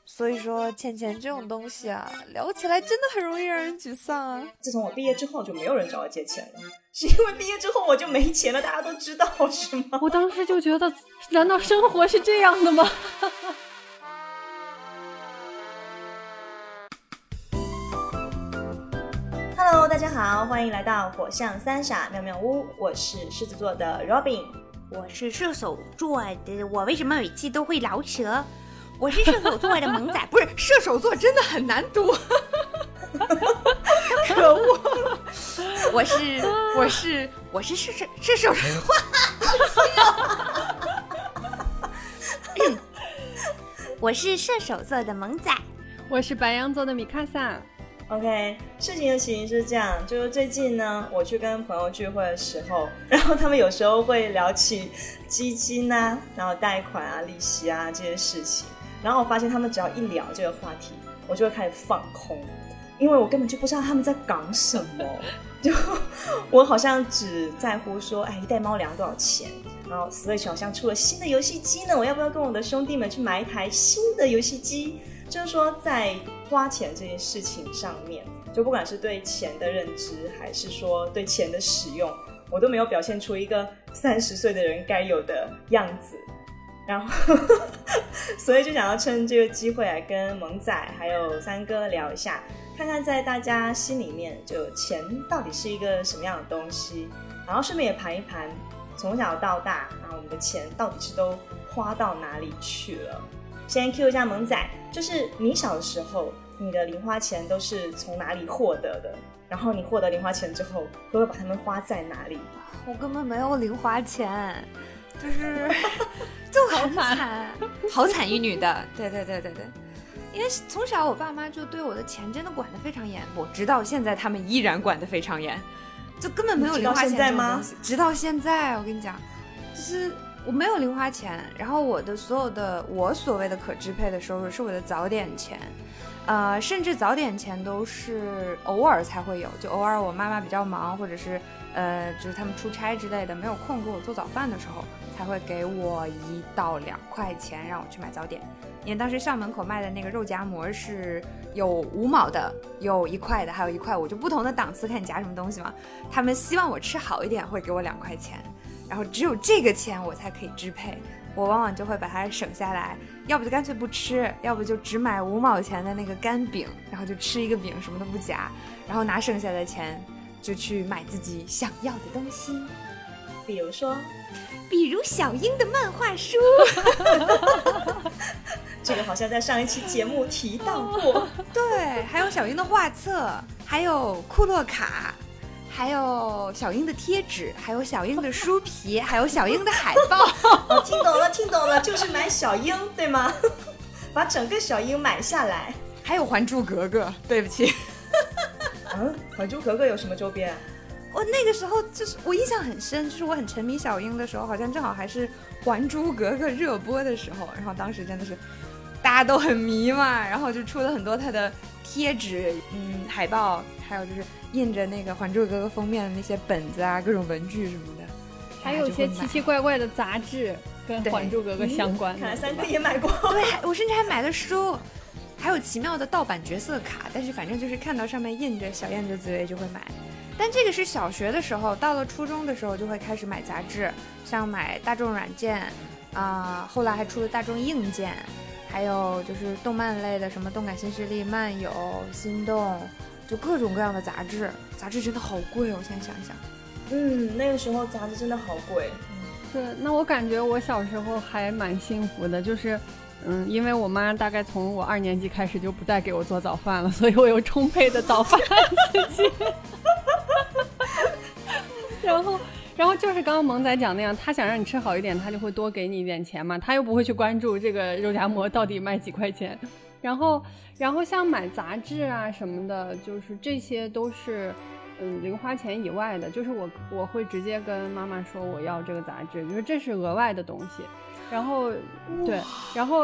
所以说钱这种东西啊，聊起来真的很容易让人沮丧啊。 自从我毕业之后就没有人找我借钱了，是因为毕业之后我就没钱了，大家都知道是吗？ 我当时就觉得难道生活是这样的吗？ Hello， 大家好，欢迎来到火象三傻妙妙屋，我是狮子座的 Robin， 我是射手座的，我为什么每期都会饶舌？我是射手座的萌仔， 不是射手座真的很难读，可恶！我是射手座， 我是射手座的萌仔， 我是白羊座的米卡萨。 OK， 事情的起因是这样，就是最近呢，我去跟朋友聚会的时候，然后他们有时候会聊起基金啊，然后贷款啊、利息啊这些事情，然后我发现他们只要一聊这个话题，我就会开始放空，因为我根本就不知道他们在讲什么，就我好像只在乎说，一袋猫粮多少钱，然后 Switch 好像出了新的游戏机呢，我要不要跟我的兄弟们去买一台新的游戏机？就是说在花钱这件事情上面，就不管是对钱的认知还是说对钱的使用，我都没有表现出一个30岁的人该有的样子，然后所以就想要趁这个机会来跟萌仔还有三哥聊一下，看看在大家心里面就钱到底是一个什么样的东西，然后顺便也盘一盘从小到大，然后我们的钱到底是都花到哪里去了。先 Q 一下萌仔，就是你小的时候，你的零花钱都是从哪里获得的？然后你获得零花钱之后，都会把它们花在哪里？ 我根本没有零花钱，就很惨，好惨一女的。对，因为从小我爸妈就对我的钱真的管得非常严，我直到现在他们依然管得非常严，就根本没有零花钱这种东西。直到现在，我跟你讲，就是我没有零花钱，然后我所谓的可支配的收入是我的早点钱，甚至早点钱都是偶尔才会有，就偶尔我妈妈比较忙，或者是就是他们出差之类的没有空给我做早饭的时候，才会给我1到2块钱让我去买早点。因为当时校门口卖的那个肉夹馍是有5毛的，有1块的，还有1块，我就不同的档次看你夹什么东西嘛。他们希望我吃好一点，会给我2块钱。然后只有这个钱我才可以支配，我往往就会把它省下来，要不就干脆不吃，要不就只买5毛钱的那个干饼，然后就吃一个饼什么都不夹，然后拿剩下的钱就去买自己想要的东西， 比如小英的漫画书这个好像在上一期节目提到过对，还有小英的画册，还有库洛卡，还有小英的贴纸，还有小英的书皮，还有小英的海报我听懂了，就是买小英对吗？把整个小英买下来。 还有还珠格格，对不起还珠格格有什么周边？ 我那个时候就是我印象很深，就是我很沉迷小英的时候，好像正好还是还珠格格热播的时候，然后当时真的是大家都很迷嘛，然后就出了很多它的贴纸、海报，还有就是印着那个还珠格格封面的那些本子啊，各种文具什么的， 还有一些奇奇怪怪的杂志跟还珠格格相关的。 看来三哥也买过。 对，我甚至还买了书，还有奇妙的盗版角色卡，但是反正就是看到上面印着小燕子紫薇就会买。但这个是小学的时候，到了初中的时候就会开始买杂志，像买大众软件后来还出了大众硬件，还有就是动漫类的，什么动感新势力、漫友、心动，就各种各样的杂志真的好贵哦，我现在想一想。 那个时候杂志真的好贵。 是，那我感觉我小时候还蛮幸福的，就是因为我妈大概从我2年级开始就不再给我做早饭了，所以我有充沛的早饭自己然后就是刚刚萌仔讲那样，他想让你吃好一点，他就会多给你一点钱嘛，他又不会去关注这个肉夹馍到底卖几块钱。然后像买杂志啊什么的，就是这些都是零花钱以外的，就是我会直接跟妈妈说我要这个杂志，因为这是额外的东西。然后对，然后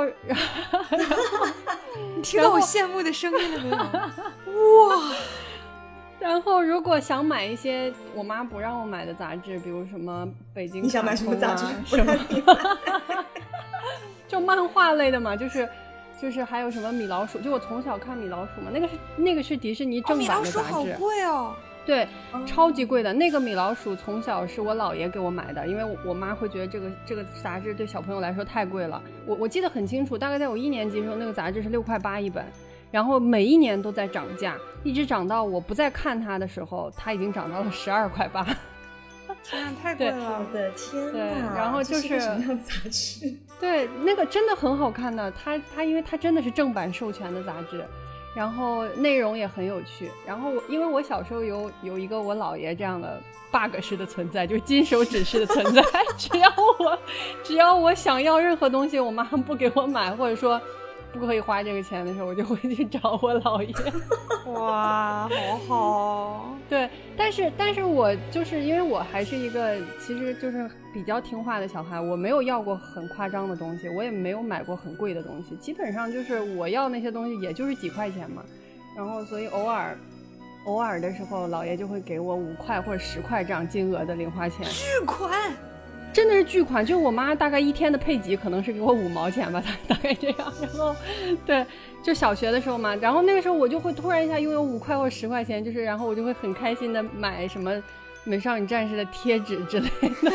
你听到我羡慕的声音了没有？哇！ 然后如果想买一些我妈不让我买的杂志，比如什么北京、 你想买什么杂志？ 什么就漫画类的嘛，就是就是还有什么米老鼠，就我从小看米老鼠嘛，那个是迪士尼正版的杂志， 米老鼠好贵哦。 对，超级贵的。那个米老鼠从小是我姥爷给我买的，因为我妈会觉得这个杂志对小朋友来说太贵了。我记得很清楚，大概在我1年级的时候，那个杂志是6块8一本，然后每一年都在涨价，一直涨到我不再看它的时候，它已经涨到了12块8。 天啊，太贵了！ 我的天对， 哪！ 然后就是这是什么样的杂志？ 对，那个真的很好看的，它因为它真的是正版授权的杂志。然后内容也很有趣，然后因为我小时候有一个我姥爷这样的 bug 式的存在，就是金手指式的存在，只要我想要任何东西，我妈不给我买，或者说不可以花这个钱的时候，我就会去找我姥爷。 哇，好好。 对，但是我就是因为我还是一个其实就是比较听话的小孩，我没有要过很夸张的东西，我也没有买过很贵的东西，基本上就是我要那些东西也就是几块钱嘛，然后所以偶尔的时候，姥爷就会给我5块或者10块这样金额的零花钱， 巨款。 真的是巨款，就我妈大概1天的配给可能是给我5毛钱吧，大概这样。然后，对，就小学的时候嘛，然后那个时候我就会突然一下拥有5块或10块钱，就是然后我就会很开心的买什么美少女战士的贴纸之类的。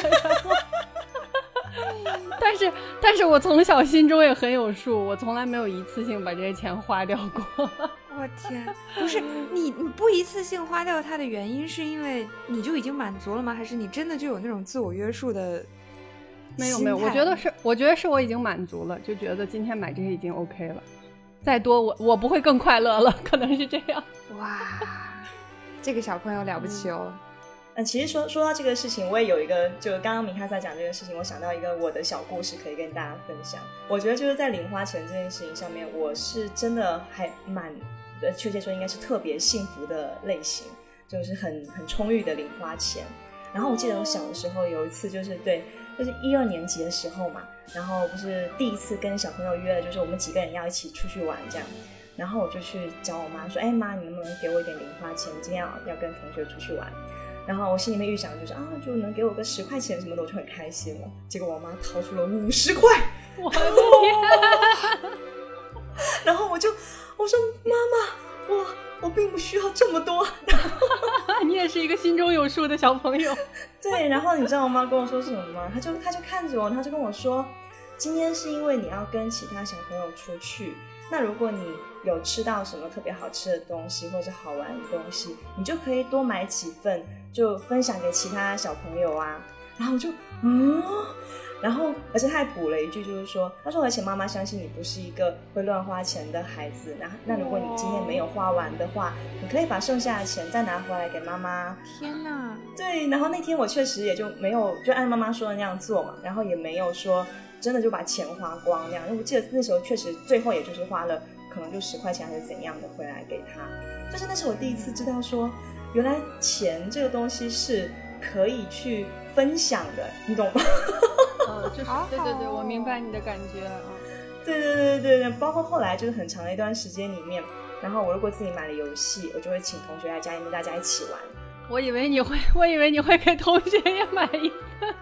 但是我从小心中也很有数，我从来没有一次性把这些钱花掉过。 我天，不是你不一次性花掉它的原因是因为你就已经满足了吗？还是你真的就有那种自我约束的？ 没有，我觉得是我已经满足了，就觉得今天买这些已经 OK 了，再多我不会更快乐了，可能是这样。 哇，这个小朋友了不起哦。 其实说到这个事情，我也有一个，就刚刚米哈萨讲这个事情，我想到一个我的小故事可以跟大家分享。我觉得就是在零花钱这件事情上面，我是真的还蛮确切说应该是特别幸福的类型，就是很充裕的零花钱。然后我记得我小的时候有一次就是1、2年级的时候嘛，然后不是第一次跟小朋友约了，就是我们几个人要一起出去玩这样。然后我就去找我妈说，妈，你能不能给我一点零花钱，今天要跟同学出去玩。然后我心里面预想就是就能给我个10块钱什么的，我就很开心了。结果我妈掏出了50块， 我的天！ 然后我说妈妈，我并不需要这么多。 你也是一个心中有数的小朋友。 对，然后你知道我妈跟我说什么吗？她就看着我，她就跟我说，今天是因为你要跟其他小朋友出去，那如果你有吃到什么特别好吃的东西或者好玩的东西，你就可以多买几份，就分享给其他小朋友啊。然后我就然后而且他还补了一句，就是说，他说而且妈妈相信你不是一个会乱花钱的孩子，那如果你今天没有花完的话，你可以把剩下的钱再拿回来给妈妈。 天哪！ 对，然后那天我确实也就没有就按妈妈说的那样做嘛，然后也没有说真的就把钱花光那样。我记得那时候确实最后也就是花了可能就10块钱还是怎样的回来给他。就是那是我第一次知道说，原来钱这个东西是可以去分享的，你懂吗？ 就是对，我明白你的感觉啊。 对，包括后来就是很长的一段时间里面，然后我如果自己买了游戏，我就会请同学来家里面大家一起玩。 我以为你会给同学也买一份。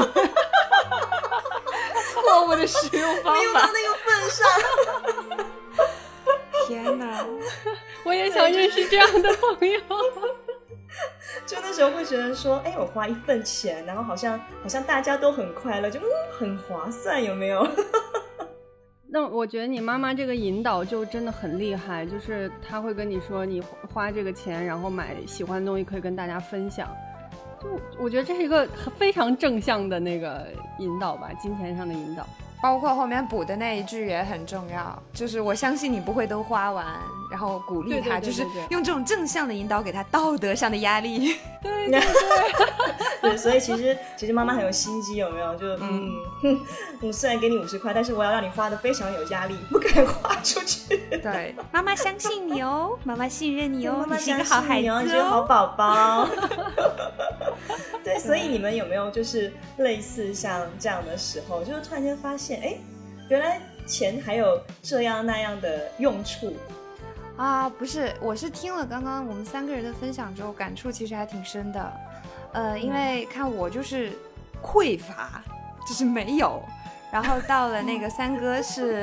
错误的使用方法， 没有到那个份上。 天哪！ 我也想认识这样的朋友。 就那时候会觉得说，我花1份钱，然后好像大家都很快乐，就很划算，有没有？ 那我觉得你妈妈这个引导就真的很厉害，就是她会跟你说，你花这个钱，然后买喜欢的东西可以跟大家分享。就我觉得这是一个非常正向的那个引导吧，金钱上的引导。 包括后面补的那一句也很重要，就是我相信你不会都花完，然后鼓励他，就是用这种正向的引导给他道德上的压力。 对，所以其实妈妈很有心机，有没有？就我虽然给你50块，但是我要让你花的非常有压力，不敢花出去。 对，妈妈相信你哦，妈妈信任你哦， 妈妈你是一个好孩子哦， 你是个好宝宝。对，所以你们有没有就是类似像这样的时候，就是突然间发现，原来钱还有这样那样的用处啊？不是，我是听了刚刚我们3个人的分享之后，感触其实还挺深的。因为看我就是匮乏，就是没有，然后到了那个3哥是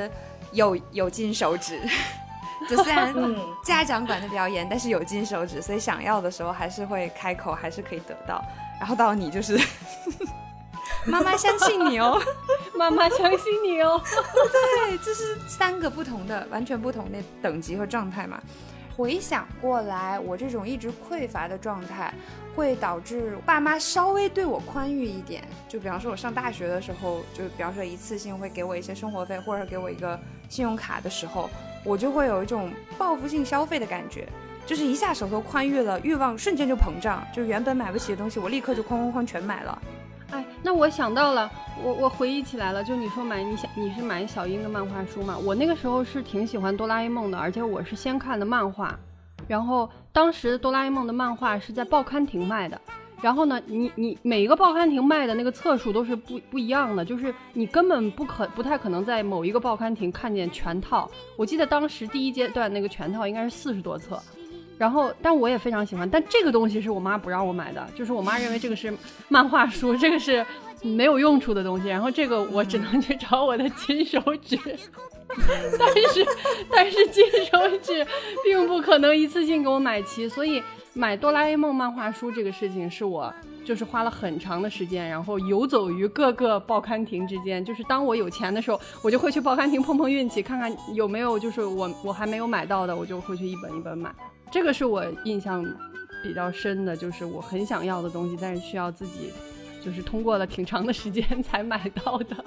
有金手指。就虽然家长管得比较严，但是有金手指，所以想要的时候还是会开口，还是可以得到。然后到你就是妈妈相信你哦， 妈妈相信你哦。 对，这是3个不同的完全不同的等级和状态嘛。回想过来，我这种一直匮乏的状态会导致爸妈稍微对我宽裕一点，就比方说我上大学的时候，就比方说一次性会给我一些生活费，或者给我一个信用卡的时候，我就会有一种报复性消费的感觉，就是一下手头宽裕了，欲望瞬间就膨胀，就是原本买不起的东西我立刻就哐全买了。 哎，那我想到了，我回忆起来了，就你说你是买小樱的漫画书嘛？我那个时候是挺喜欢哆啦 A 梦的，而且我是先看的漫画，然后当时哆啦 A 梦的漫画是在报刊亭卖的，然后呢，你每一个报刊亭卖的那个册数都是不一样的，就是你根本不太可能在某一个报刊亭看见全套。我记得当时第一阶段那个全套应该是40多册。然后但我也非常喜欢，但这个东西是我妈不让我买的，就是我妈认为这个是漫画书，这个是没有用处的东西，然后这个我只能去找我的金手指。但是金手指并不可能一次性给我买齐，所以买哆啦 A 梦漫画书这个事情是我就是花了很长的时间，然后游走于各个报刊亭之间，就是当我有钱的时候，我就会去报刊亭碰碰运气，看看有没有就是我还没有买到的，我就会去一本一本买。这个是我印象比较深的，就是我很想要的东西，但是需要自己就是通过了挺长的时间才买到的。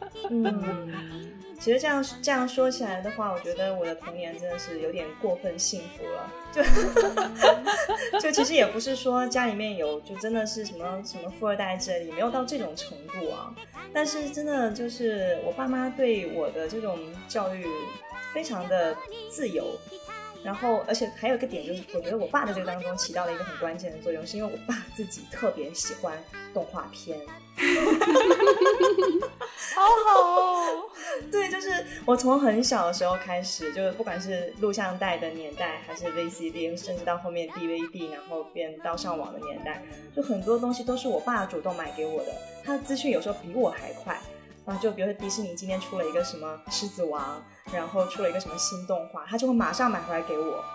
其实这样说起来的话，我觉得我的童年真的是有点过分幸福了。就其实也不是说家里面有就真的是什么富二代这里没有到这种程度啊，但是真的就是我爸妈对我的这种教育非常的自由。然后而且还有一个点就是我觉得我爸在这个当中起到了一个很关键的作用，是因为我爸自己特别喜欢动画片。 好好哦。 对，就是我从很小的时候开始，就是不管是录像带的年代还是 VCD， 甚至到后面 DVD， 然后变到上网的年代，就很多东西都是我爸主动买给我的，他的资讯有时候比我还快。然后就比如说迪士尼今天出了一个什么狮子王，然后出了一个什么新动画，他就会马上买回来给我。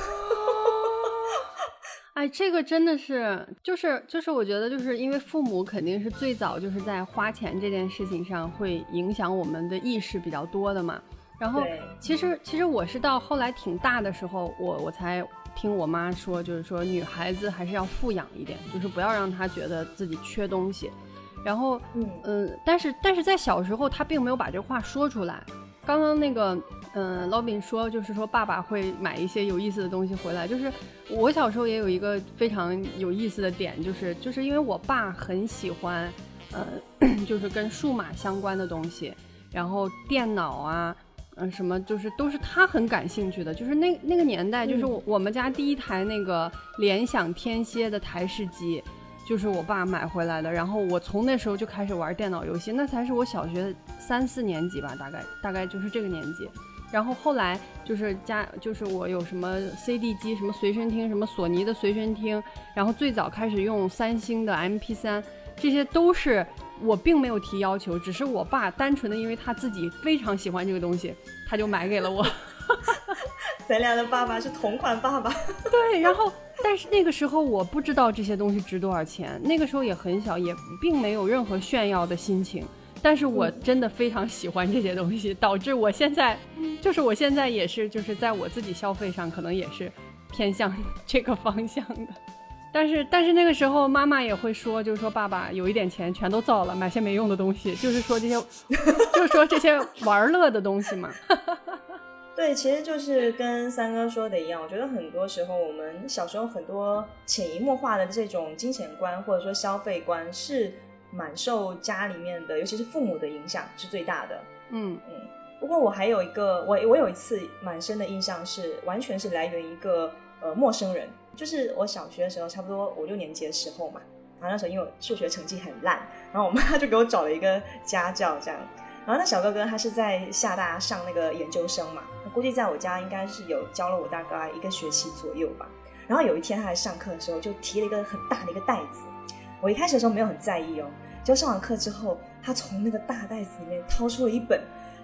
哎，这个真的是就是我觉得就是因为父母肯定是最早就是在花钱这件事情上会影响我们的意识比较多的嘛。然后其实我是到后来挺大的时候，我才听我妈说，就是说女孩子还是要富养一点，就是不要让她觉得自己缺东西。然后但是在小时候他并没有把这话说出来。刚刚那个老饼说就是说爸爸会买一些有意思的东西回来，就是我小时候也有一个非常有意思的点，就是因为我爸很喜欢就是跟数码相关的东西，然后电脑啊什么就是都是他很感兴趣的，就是那个年代就是我们家第一台那个联想天蝎的台式机就是我爸买回来的，然后我从那时候就开始玩电脑游戏，那才是我小学3、4年级吧，大概就是这个年纪。然后后来就是我有什么 CD 机，什么随身听，什么索尼的随身听，然后最早开始用三星的 MP3， 这些都是我并没有提要求，只是我爸单纯的因为他自己非常喜欢这个东西，他就买给了我。 咱俩的爸爸是同款爸爸。 对，然后但是那个时候我不知道这些东西值多少钱，那个时候也很小，也并没有任何炫耀的心情，但是我真的非常喜欢这些东西，导致我现在也是就是在我自己消费上可能也是偏向这个方向的。但是那个时候妈妈也会说，就是说爸爸有一点钱全都造了，买些没用的东西，就是说这些玩乐的东西嘛。 对，其实就是跟三哥说的一样，我觉得很多时候我们小时候很多潜移默化的这种金钱观或者说消费观是蛮受家里面的尤其是父母的影响是最大的。不过我还有一个我有一次蛮深的印象是完全是来源于一个陌生人，就是我小学的时候差不多5、6年级的时候嘛，然后那时候因为我数学成绩很烂，然后我妈就给我找了一个家教这样，然后那小哥哥他是在厦大上那个研究生嘛，估计在我家应该是有教了我大概1个学期左右吧。然后有一天他来上课的时候就提了一个很大的一个袋子，我一开始的时候没有很在意哦，就上完课之后他从那个大袋子里面掏出了一本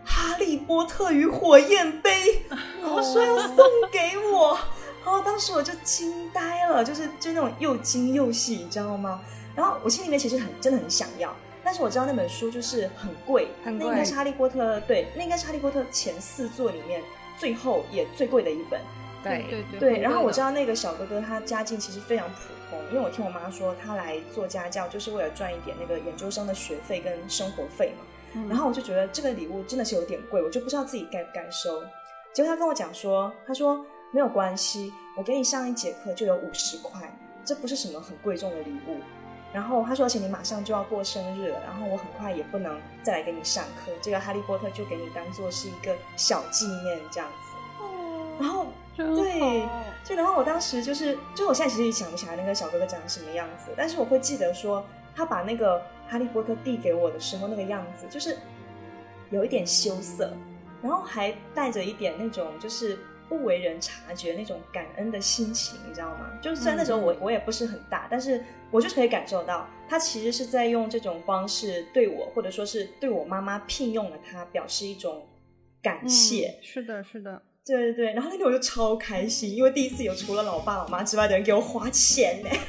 哈利波特与火焰杯，然后说要送给我，然后当时我就惊呆了，就那种又惊又喜，你知道吗？然后我心里面其实真的很想要，但是我知道那本书就是很贵， 很贵， 那应该是哈利波特，对，那应该是哈利波特前4作里面最后也最贵的一本。对，然后我知道那个小哥哥他家境其实非常普通，因为我听我妈说他来做家教就是为了赚一点那个研究生的学费跟生活费嘛，然后我就觉得这个礼物真的是有点贵，我就不知道自己该不该收。结果他跟我讲说，他说没有关系，我给你上1节课就有50块，这不是什么很贵重的礼物。然后他说而且你马上就要过生日了，然后我很快也不能再来给你上课，这个哈利波特就给你当做是一个小纪念这样子。然后对，就然后我当时就是我现在其实也想不起来那个小哥哥长什么样子，但是我会记得说他把那个哈利波特递给我的时候那个样子就是有一点羞涩，然后还带着一点那种就是不为人察觉那种感恩的心情，你知道吗？就虽然那时候我也不是很大，但是我就可以感受到他其实是在用这种方式对我，或者说是对我妈妈聘用了他表示一种感谢。 是的是的， 对，然后那天我就超开心，因为第一次有除了老爸老妈之外的人给我花钱呢。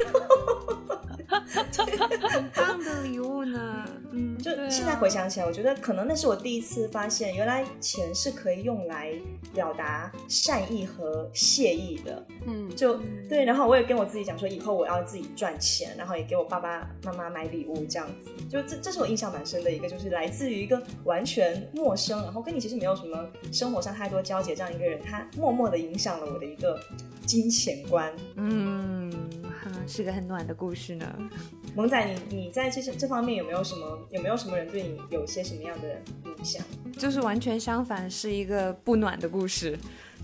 很棒的礼物呢。 就现在回想起来，我觉得可能那是我第一次发现原来钱是可以用来表达善意和谢意的。对，然后我也跟我自己讲说以后我要自己赚钱，然后也给我爸爸妈妈买礼物这样子。就这是我印象蛮深的一个，就是来自于一个完全陌生，然后跟你其实没有什么生活上太多交集这样一个人，他默默的影响了我的一个金钱观。 是个很暖的故事呢。 萌仔，你在这方面有没有什么人对你有些什么样的影响？ 就是完全相反，是一个不暖的故事。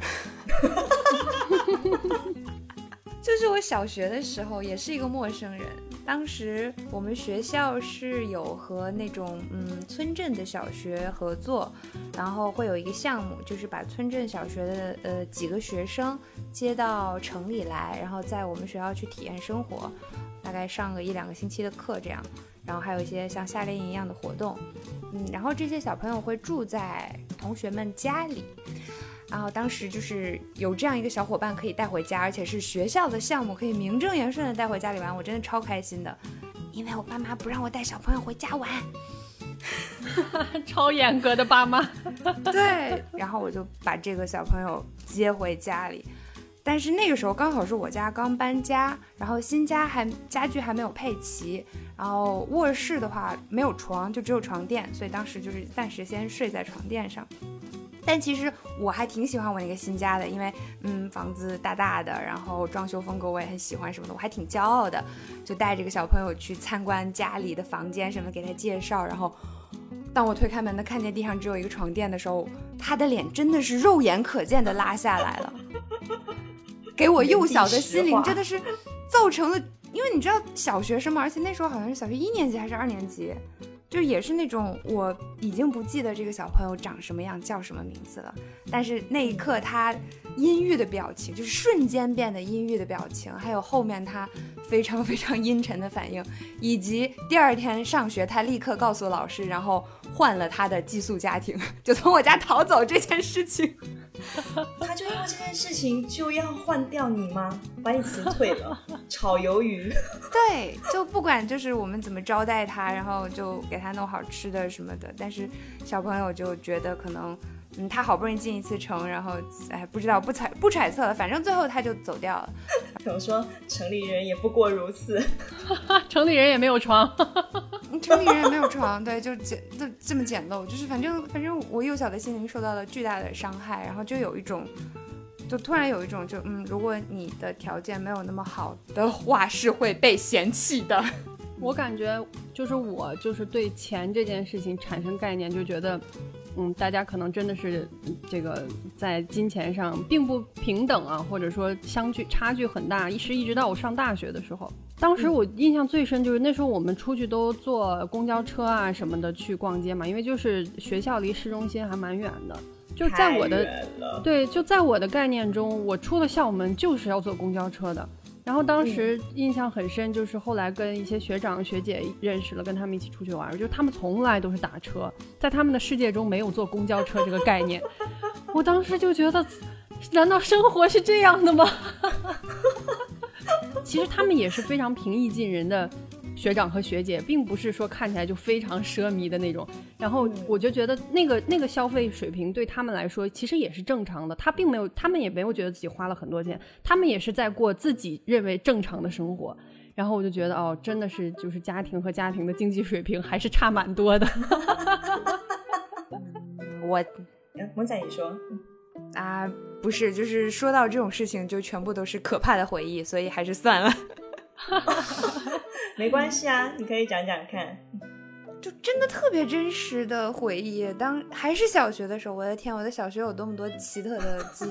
就是我小学的时候也是一个陌生人，当时我们学校是有和那种村镇的小学合作，然后会有一个项目，就是把村镇小学的几个学生接到城里来，然后在我们学校去体验生活，大概上个1-2个星期的课这样，然后还有一些像夏令营一样的活动。然后这些小朋友会住在同学们家里，然后当时就是有这样一个小伙伴可以带回家，而且是学校的项目，可以名正言顺的带回家里玩，我真的超开心的，因为我爸妈不让我带小朋友回家玩。 超严格的爸妈。 对，然后我就把这个小朋友接回家里，但是那个时候刚好是我家刚搬家，然后新家家具还没有配齐，然后卧室的话没有床，就只有床垫，所以当时就是暂时先睡在床垫上。但其实我还挺喜欢我那个新家的，因为房子大大的，然后装修风格我也很喜欢什么的，我还挺骄傲的，就带这个小朋友去参观家里的房间什么，给他介绍。然后当我推开门的看见地上只有一个床垫的时候，他的脸真的是肉眼可见的拉下来了，给我幼小的心灵真的是造成了，因为你知道小学生嘛，而且那时候好像是小学1年级还是2年级，就也是那种我已经不记得这个小朋友长什么样叫什么名字了，但是那一刻他阴郁的表情，就是瞬间变得阴郁的表情，还有后面他非常非常阴沉的反应，以及第2天上学他立刻告诉老师，然后换了他的寄宿家庭，就从我家逃走这件事情。 他就因为这件事情就要换掉你吗？把你辞退了？炒鱿鱼？ 对，就不管就是我们怎么招待他，然后就给他弄好吃的什么的，但是小朋友就觉得可能他好不容易进一次城，然后不知道不揣测了，反正最后他就走掉了。 可能说城里人也不过如此。 城里人也没有床。 城里人也没有床，对，就这么简陋，就是反正我幼小的心灵受到了巨大的伤害，然后就突然有一种如果你的条件没有那么好的话是会被嫌弃的。 我感觉我对钱这件事情产生概念，就觉得大家可能真的是这个在金钱上并不平等啊，或者说差距很大，一直到我上大学的时候，当时我印象最深就是那时候我们出去都坐公交车啊什么的去逛街嘛，因为就是学校离市中心还蛮远的，就在我的概念中，我出了校门就是要坐公交车的， 然后当时印象很深，就是后来跟一些学长学姐认识了，跟他们一起出去玩，就他们从来都是打车，在他们的世界中没有坐公交车这个概念。我当时就觉得，难道生活是这样的吗？其实他们也是非常平易近人的学长和学姐，并不是说看起来就非常奢靡的那种。然后我就觉得那个消费水平对他们来说其实也是正常的，他们也没有觉得自己花了很多钱，他们也是在过自己认为正常的生活。然后我就觉得哦，真的是就是家庭和家庭的经济水平还是差蛮多的。 萌仔你说啊，不是，就是说到这种事情就全部都是可怕的回忆，所以还是算了。 没关系啊，你可以讲讲看。 就真的特别真实的回忆，还是小学的时候，我的天，我的小学有多么多奇特的记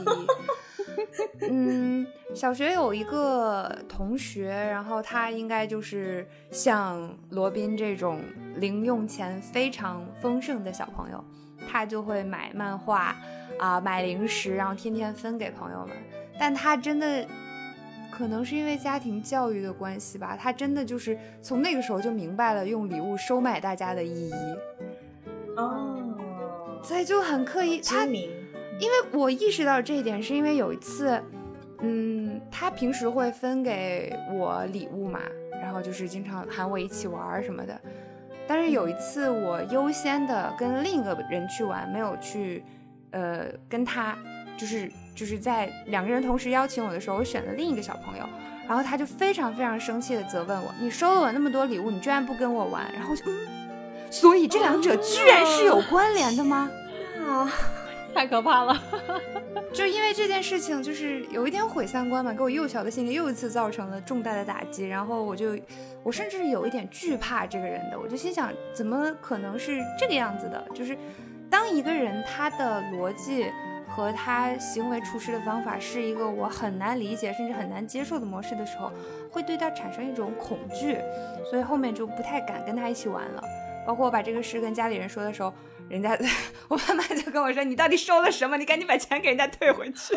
忆。小学有一个同学，然后他应该就是像罗宾这种零用钱非常丰盛的小朋友，他就会买漫画买零食，然后天天分给朋友们。但他真的可能是因为家庭教育的关系吧，他真的就是从那个时候就明白了用礼物收买大家的意义。所以就很刻意精明。 因为我意识到这一点是因为有一次他平时会分给我礼物嘛，然后就是经常喊我一起玩什么的，但是有一次我优先的跟另一个人去玩，没有去跟他就是在两个人同时邀请我的时候，我选了另一个小朋友，然后他就非常非常生气的责问我，你收了我那么多礼物，你居然不跟我玩。然后就所以这两者居然是有关联的吗？ 太可怕了。 就因为这件事情就是有一点毁三观嘛，给我幼小的心里又一次造成了重大的打击，然后我甚至有一点惧怕这个人的，我就心想怎么可能是这个样子的，就是当一个人他的逻辑和他行为处事的方法是一个我很难理解甚至很难接受的模式的时候，会对他产生一种恐惧，所以后面就不太敢跟他一起玩了。包括我把这个事跟家里人说的时候，我妈妈就跟我说，你到底收了什么，你赶紧把钱给人家退回去。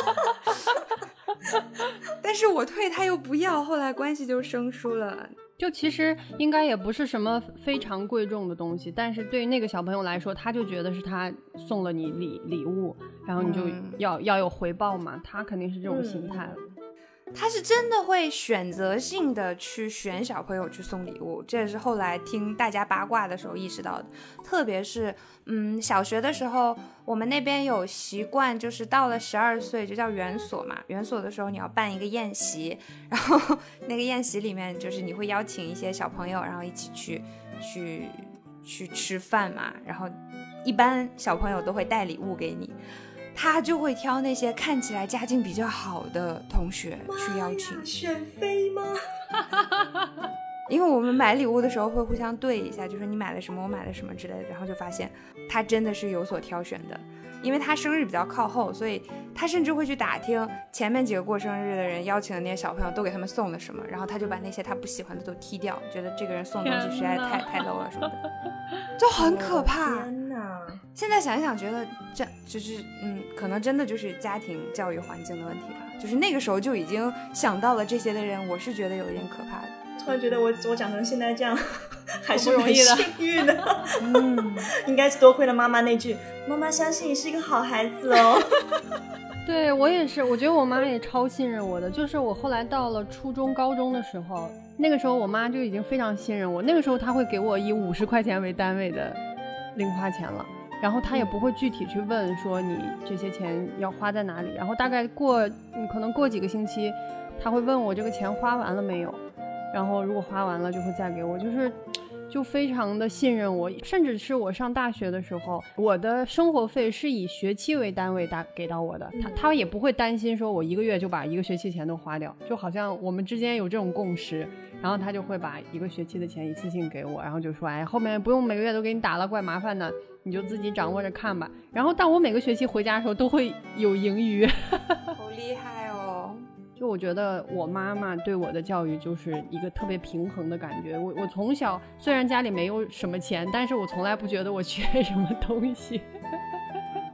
但是我退他又不要，后来关系就生疏了。 就其实应该也不是什么非常贵重的东西，但是对于那个小朋友来说，他就觉得是他送了你礼物，然后你就要有回报嘛，他肯定是这种心态了。 他是真的会选择性的去选小朋友去送礼物，这也是后来听大家八卦的时候意识到的。特别是小学的时候，我们那边有习惯，就是到了12岁就叫园所嘛，园所的时候你要办一个宴席，然后那个宴席里面就是你会邀请一些小朋友，然后一起去吃饭嘛，然后一般小朋友都会带礼物给你，他就会挑那些看起来家境比较好的同学去邀请。 选妃吗？ 因为我们买礼物的时候会互相对一下，就说你买了什么我买了什么之类的，然后就发现他真的是有所挑选的。因为他生日比较靠后，所以他甚至会去打听前面几个过生日的人邀请的那些小朋友都给他们送了什么，然后他就把那些他不喜欢的都踢掉，觉得这个人送东西实在太 low 了什么的，就很可怕。 天哪！ 现在想一想，觉得这就是可能真的就是家庭教育环境的问题吧。就是那个时候就已经想到了这些的人，我是觉得有一点可怕的。 突然觉得我长成现在这样还是蛮幸运的。应该是多亏了妈妈那句妈妈相信你是一个好孩子哦。 对，我也是，我觉得我妈也超信任我的。就是我后来到了初中高中的时候，那个时候我妈就已经非常信任我，那个时候她会给我以50块钱为单位的零花钱了，然后她也不会具体去问说你这些钱要花在哪里，然后大概可能过几个星期她会问我这个钱花完了没有，然后如果花完了就会再给我，就非常的信任我。甚至是我上大学的时候，我的生活费是以学期为单位给到我的，他也不会担心说我一个月就把一个学期钱都花掉，就好像我们之间有这种共识，然后他就会把一个学期的钱一次性给我，然后就说哎，后面不用每个月都给你打了，怪麻烦的，你就自己掌握着看吧。然后但我每个学期回家的时候都会有盈余。 好厉害哦。 就我觉得我妈妈对我的教育就是一个特别平衡的感觉。我从小虽然家里没有什么钱，但是我从来不觉得我缺什么东西。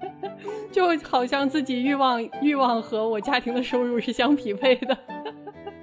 就好像自己欲望和我家庭的收入是相匹配的。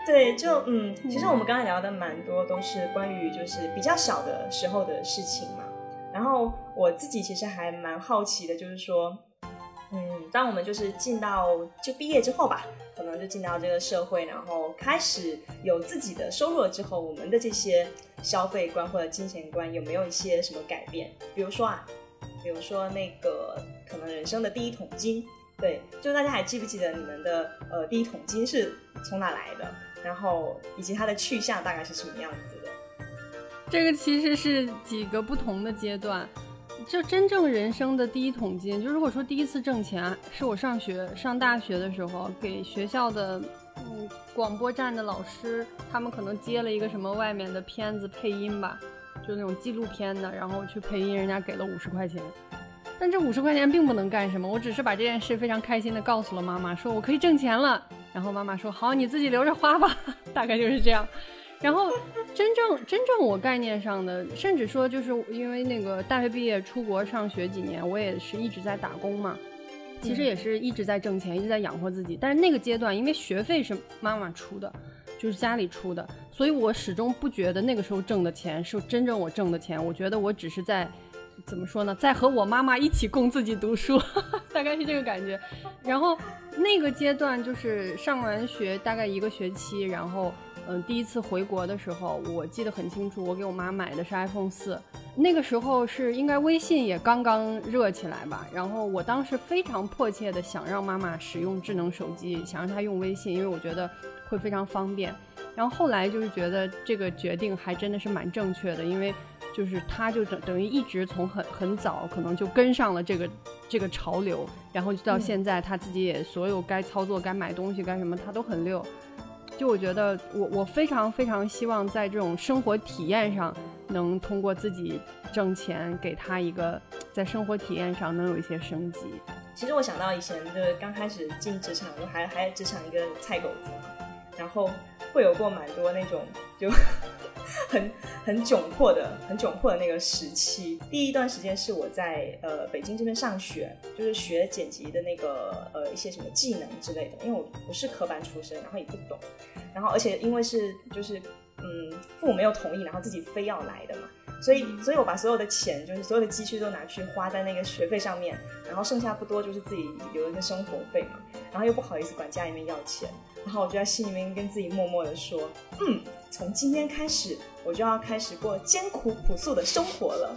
对，就其实我们刚才聊的蛮多都是关于就是比较小的时候的事情嘛。然后我自己其实还蛮好奇的，就是说，当我们就是进到就毕业之后吧，可能就进到这个社会，然后开始有自己的收入了之后，我们的这些消费观或者金钱观有没有一些什么改变？比如说那个可能人生的第一桶金，对，就大家还记不记得你们的第一桶金是从哪来的？然后以及它的去向大概是什么样子的？ 这个其实是几个不同的阶段。就真正人生的第一桶金，就如果说第一次挣钱是我上大学的时候，给学校的广播站的老师，他们可能接了一个什么外面的片子配音吧，就那种纪录片的，然后去配音，人家给了50块钱。但这50块钱并不能干什么，我只是把这件事非常开心的告诉了妈妈，说我可以挣钱了。然后妈妈说好，你自己留着花吧，大概就是这样。然后真正我概念上的，甚至说就是因为那个大学毕业出国上学几年，我也是一直在打工嘛，其实也是一直在挣钱，一直在养活自己。但是那个阶段因为学费是妈妈出的，就是家里出的，所以我始终不觉得那个时候挣的钱是真正我挣的钱，我觉得我只是在怎么说呢，在和我妈妈一起供自己读书大概是这个感觉。然后那个阶段就是上完学大概1个学期，然后第一次回国的时候，我记得很清楚，我给我妈买的是 iPhone 4，那个时候是应该微信也刚刚热起来吧，然后我当时非常迫切的想让妈妈使用智能手机，想让她用微信，因为我觉得会非常方便。然后后来就是觉得这个决定还真的是蛮正确的，因为就是她就等于一直从很早可能就跟上了这个潮流，然后就到现在她自己也所有该操作该买东西该什么她都很溜。就我觉得我非常非常希望在这种生活体验上能通过自己挣钱给他一个在生活体验上能有一些升级。 其实我想到以前就是刚开始进职场就还职场一个菜狗子嘛，然后会有过蛮多那种就很窘迫的那个时期。第一段时间是我在北京这边上学，就是学剪辑的那个一些什么技能之类的，因为我不是科班出身，然后也不懂，然后而且因为是就是父母没有同意，然后自己非要来的嘛，所以我把所有的钱就是所有的积蓄都拿去花在那个学费上面，然后剩下不多就是自己留一个生活费嘛，然后又不好意思管家里面要钱，然后我就在心里面跟自己默默的说，从今天开始我就要开始过艰苦朴素的生活了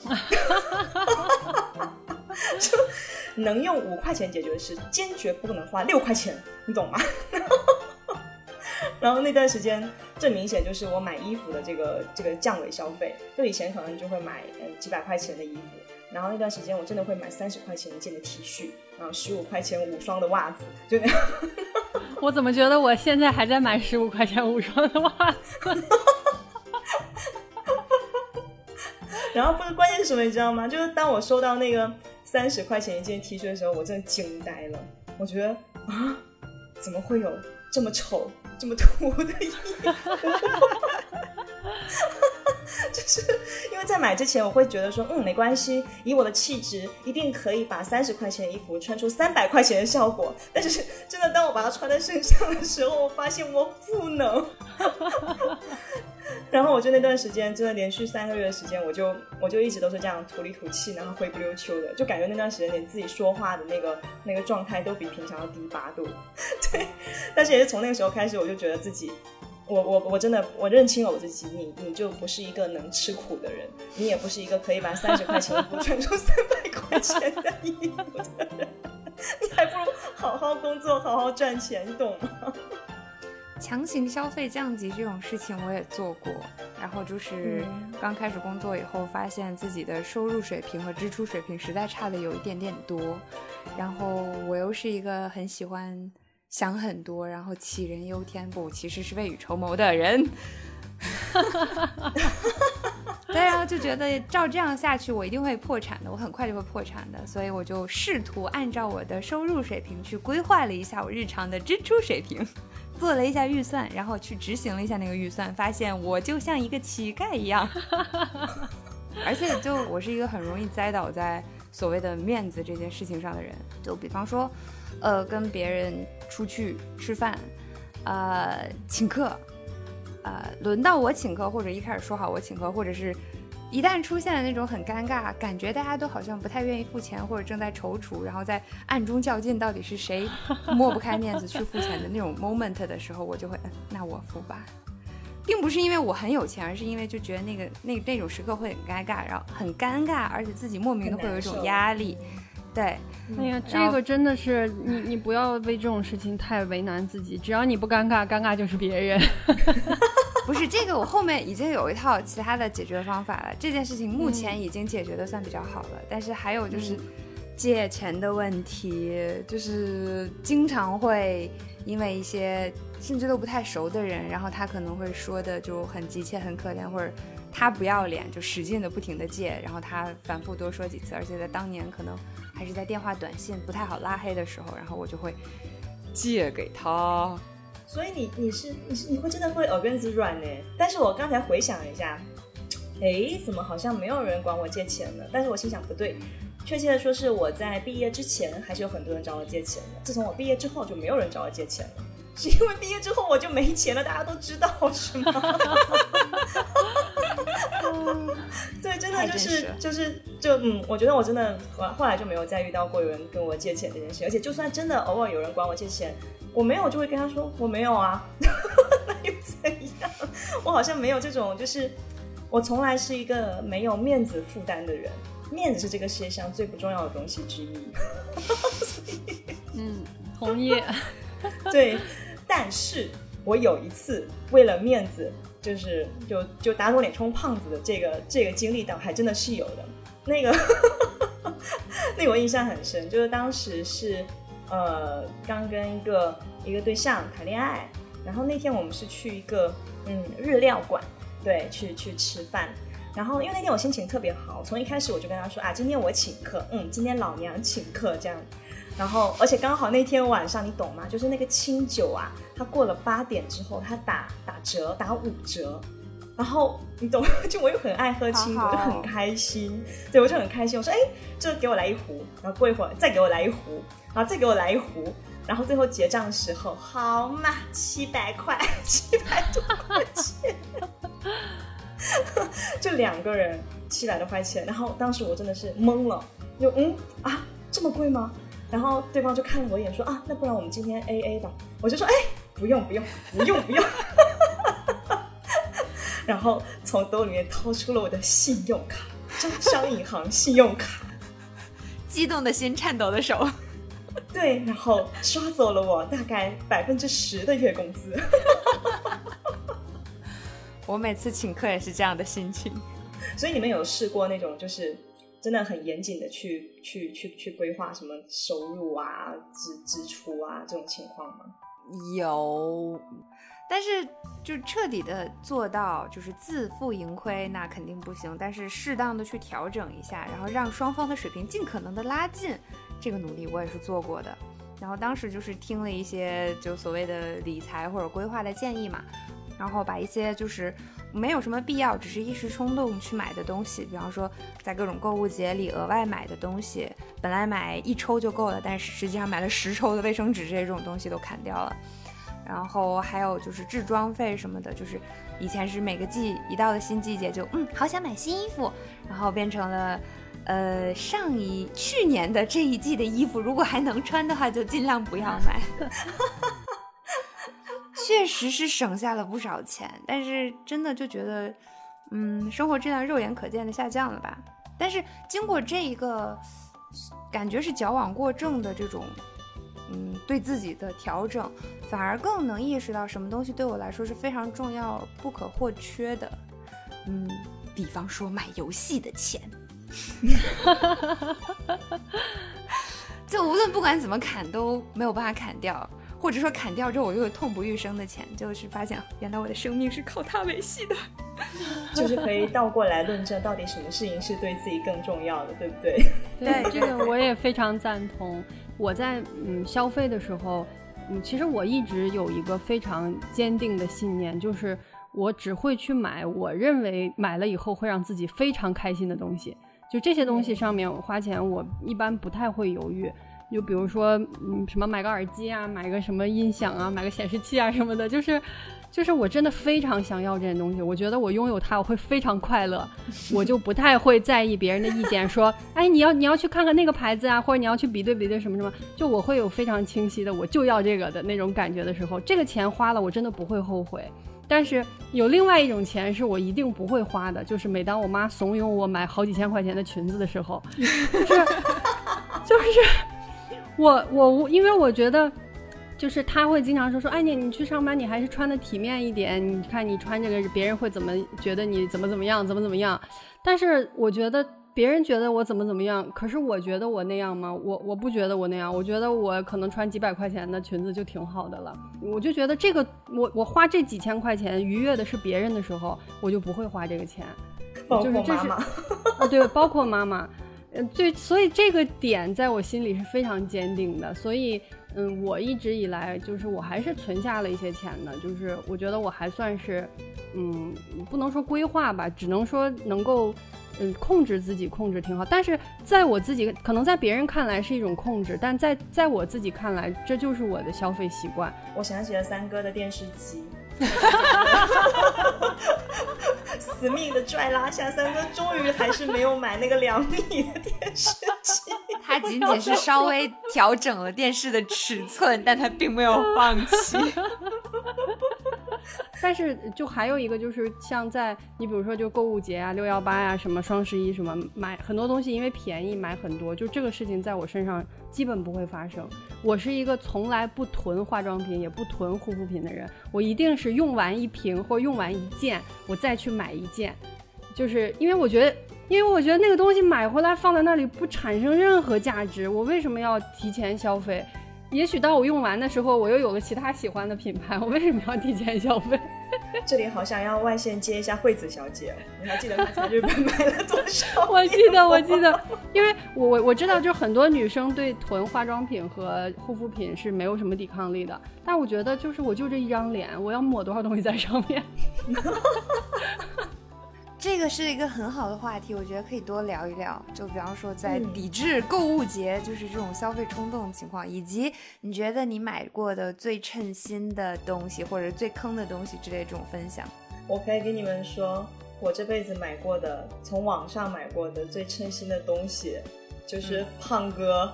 就能用5块钱解决的事坚决不能花6块钱，你懂吗然后那段时间最明显就是我买衣服的这个降维消费，就以前可能就会买几百块钱的衣服，然后那段时间我真的会买30块钱一件的 T 恤，然后15块钱5双的袜子，就那样我怎么觉得我现在还在买15块钱5双的袜子然后不是关键是什么你知道吗，就是当我收到那个30块钱一件 T 恤的时候，我真的惊呆了，我觉得啊，怎么会有这么丑这么土的衣服就是因为在买之前我会觉得说没关系，以我的气质一定可以把30块钱的衣服穿出300块钱的效果，但是真的当我把它穿在身上的时候，我发现我不能然后我就那段时间真的连续3个月的时间，我就一直都是这样土里土气，然后灰不溜秋的，就感觉那段时间连自己说话的那个状态都比平常要低8度对，但是也是从那个时候开始，我就觉得自己我真的我认清了我自己，你就不是一个能吃苦的人，你也不是一个可以把30块钱衣服穿出300块钱的衣服的人你还不如好好工作好好赚钱，你懂吗？ 强行消费降级这种事情我也做过，然后就是刚开始工作以后发现自己的收入水平和支出水平实在差的有一点点多，然后我又是一个很喜欢想很多然后杞人忧天，不其实是未雨绸缪的人对啊，就觉得照这样下去我一定会破产的，我很快就会破产的，所以我就试图按照我的收入水平去规划了一下我日常的支出水平，做了一下预算，然后去执行了一下那个预算，发现我就像一个乞丐一样而且就我是一个很容易栽倒在所谓的面子这件事情上的人，就比方说跟别人出去吃饭请客， 轮到我请客，或者一开始说好我请客，或者是一旦出现了那种很尴尬，感觉大家都好像不太愿意付钱，或者正在踌躇，然后在暗中较劲到底是谁抹不开面子去付钱的那种 moment 的时候，我就会那我付吧，并不是因为我很有钱，而是因为就觉得那种时刻会很尴尬，然后很尴尬，而且自己莫名的会有一种压力。对， 哎呀，这个真的是你不要为这种事情太为难自己，只要你不尴尬，尴尬就是别人。 不是这个，我后面已经有一套其他的解决方法了。这件事情目前已经解决的算比较好了，但是还有就是借钱的问题，就是经常会因为一些甚至都不太熟的人，然后他可能会说的就很急切、很可怜，或者他不要脸，就使劲的不停的借，然后他反复多说几次，而且在当年可能还是在电话短信不太好拉黑的时候，然后我就会借给他。 所以你会真的会耳根子软呢？但是我刚才回想了一下，怎么好像没有人管我借钱呢？但是我心想不对，确切的说是我在毕业之前还是有很多人找我借钱的，自从我毕业之后就没有人找我借钱了，是因为毕业之后我就没钱了，大家都知道是吗？对，真的我觉得我真的后来就没有再遇到过有人跟我借钱这件事，而且就算真的偶尔有人管我借钱，我没有就会跟他说我没有啊，那又怎样？我好像没有这种，就是我从来是一个没有面子负担的人，面子是这个世界上最不重要的东西之一。 同意。 对，但是我有一次为了面子，就打肿脸充胖子的这个经历倒还真的是有的。那个我印象很深，就是当时是刚跟一个对象谈恋爱，然后那天我们是去一个日料馆，对，去吃饭。然后因为那天我心情特别好，从一开始我就跟他说今天我请客，今天老娘请客这样。然后而且刚好那天晚上你懂吗，就是那个清酒啊，它过了8点之后它打折，打5折，然后你懂，就我又很爱喝清酒，我就很开心。对，我就很开心，我说这给我来一壶，然后过一会儿再给我来一壶，然后再给我来一壶，然后最后结账的时候，好嘛，700块，700多块钱就2个人700多块钱，然后当时我真的是懵了，就这么贵吗？然后对方就看了我一眼说那不然我们今天 AA 吧。我就说不用然后从兜里面掏出了我的信用卡，招商银行信用卡， 激动的心，颤抖的手， 对，然后刷走了我大概10%的月工资。 我每次请客也是这样的心情。 所以你们有试过那种就是真的很严谨的去规划什么收入啊、支出啊这种情况吗？ 有，但是就彻底的做到就是自负盈亏那肯定不行，但是适当的去调整一下，然后让双方的水平尽可能的拉近，这个努力我也是做过的。然后当时就是听了一些就所谓的理财或者规划的建议嘛，然后把一些就是没有什么必要只是一时冲动去买的东西，比方说在各种购物节里额外买的东西，本来买1抽就够了，但是实际上买了10抽的卫生纸这种东西都砍掉了。然后还有就是置装费什么的，就是以前是每个一到了新季节就好想买新衣服，然后变成了去年的这一季的衣服如果还能穿的话就尽量不要买。确实是省下了不少钱，但是真的就觉得生活质量肉眼可见的下降了吧。但是经过这一个感觉是矫枉过正的这种对自己的调整，反而更能意识到什么东西对我来说是非常重要不可或缺的。比方说买游戏的钱。就无论不管怎么砍都没有办法砍掉，或者说砍掉之后我就有痛不欲生的钱，就是发现原来我的生命是靠它维系的。 就是可以倒过来论证到底什么事情是对自己更重要的，对不对？ 对，这个我也非常赞同。我在消费的时候其实我一直有一个非常坚定的信念，就是我只会去买我认为买了以后会让自己非常开心的东西，就这些东西上面我花钱我一般不太会犹豫。 就比如说什么买个耳机啊，买个什么音响啊，买个显示器啊什么的，就是我真的非常想要这件东西，我觉得我拥有它我会非常快乐，我就不太会在意别人的意见，说哎你要去看看那个牌子啊，或者你要去比对比对什么什么，就我会有非常清晰的我就要这个的那种感觉的时候，这个钱花了我真的不会后悔。但是有另外一种钱是我一定不会花的，就是每当我妈怂恿我买好几千块钱的裙子的时候，就是我因为我觉得就是他会经常说哎你去上班你还是穿的体面一点，你看你穿这个别人会怎么觉得你怎么样，但是我觉得别人觉得我怎么样，可是我觉得我那样吗？我不觉得我那样，我觉得我可能穿几百块钱的裙子就挺好的了。我就觉得这个我花这几千块钱愉悦的是别人的时候，我就不会花这个钱。 包括妈妈对，包括妈妈。所以这个点在我心里是非常坚定的，所以我一直以来就是我还是存下了一些钱的，就是我觉得我还算是不能说规划吧，只能说能够控制自己，控制挺好。但是在我自己可能在别人看来是一种控制，但在我自己看来这就是我的消费习惯。 我想起了三哥的电视机死命的拽拉下，三哥终于还是没有买那个2米的电视机。 他仅仅是稍微调整了电视的尺寸，但他并没有放弃。 但是就还有一个就是像在你比如说就购物节啊618啊什么双11什么，买很多东西因为便宜买很多，就这个事情在我身上基本不会发生。我是一个从来不囤化妆品也不囤护肤品的人，我一定是用完一瓶或用完一件我再去买一件，就是因为我觉得那个东西买回来放在那里不产生任何价值，我为什么要提前消费？也许到我用完的时候我又有了其他喜欢的品牌，我为什么要提前消费？ 这里好想要外线接一下惠子小姐，你还记得她在日本买了多少？ 我记得，因为我知道就很多女生对囤化妆品和护肤品是没有什么抵抗力的，但我觉得就是我就这一张脸，我要抹多少东西在上面。 这个是一个很好的话题，我觉得可以多聊一聊，就比方说在抵制购物节就是这种消费冲动的情况，以及你觉得你买过的最称心的东西或者最坑的东西之类的这种分享。 我可以跟你们说，我这辈子买过的从网上买过的最称心的东西就是胖哥。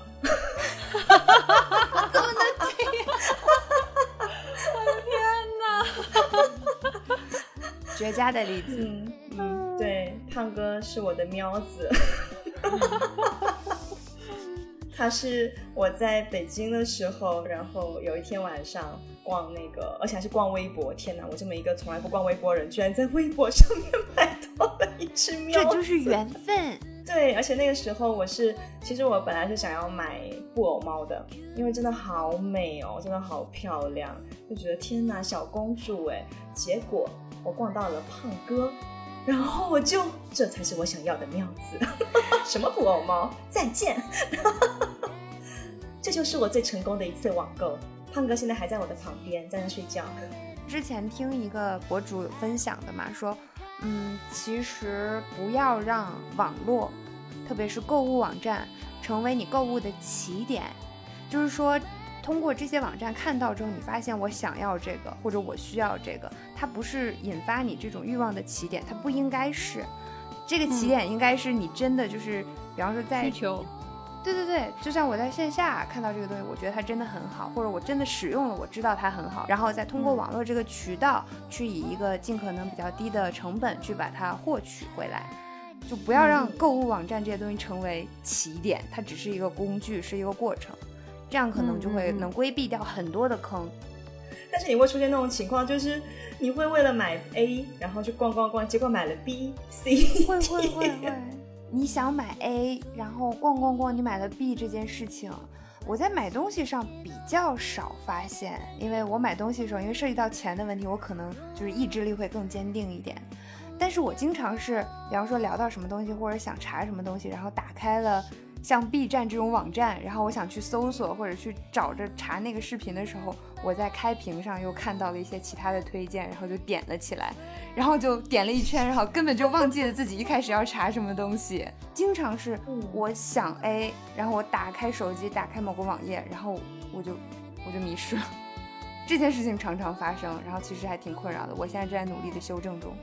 怎么能这样？我的天哪！绝佳的例子。 对，胖哥是我的喵子。他是我在北京的时候，然后有一天晚上逛那个，而且还是逛微博，天哪，我这么一个从来不逛微博人居然在微博上面买到了一只喵子， 这就是缘分。 对，而且那个时候其实我本来是想要买布偶猫的，因为真的好美哦，真的好漂亮，就觉得天哪，小公主哎，结果我逛到了胖哥，然后我就这才是我想要的喵子。什么布偶猫，再见。这就是我最成功的一次网购，胖哥现在还在我的旁边，在那睡觉。 之前听一个博主分享的嘛，说其实不要让网络，特别是购物网站成为你购物的起点，就是说通过这些网站看到之后，你发现我想要这个或者我需要这个，它不是引发你这种欲望的起点，它不应该是这个起点，应该是你真的就是比方说在需求。 对对对，就像我在线下看到这个东西，我觉得它真的很好，或者我真的使用了，我知道它很好，然后再通过网络这个渠道去以一个尽可能比较低的成本去把它获取回来，就不要让购物网站这些东西成为起点，它只是一个工具，是一个过程，这样可能就会能规避掉很多的坑。 但是你会出现那种情况，就是你会为了买 A 然后去逛逛逛，结果买了 B、C。 会你想买 A 然后逛逛逛，你买了 B 这件事情，我在买东西上比较少发现，因为我买东西的时候，因为涉及到钱的问题，我可能就是意志力会更坚定一点，但是我经常是比方说聊到什么东西或者想查什么东西，然后打开了像 B 站这种网站，然后我想去搜索或者去找着查那个视频的时候，我在开屏上又看到了一些其他的推荐，然后就点了起来，然后就点了一圈，然后根本就忘记了自己一开始要查什么东西。经常是我想 A， 然后我打开手机，打开某个网页，然后我就迷失了。这件事情常常发生，然后其实还挺困扰的，我现在正在努力的修正中。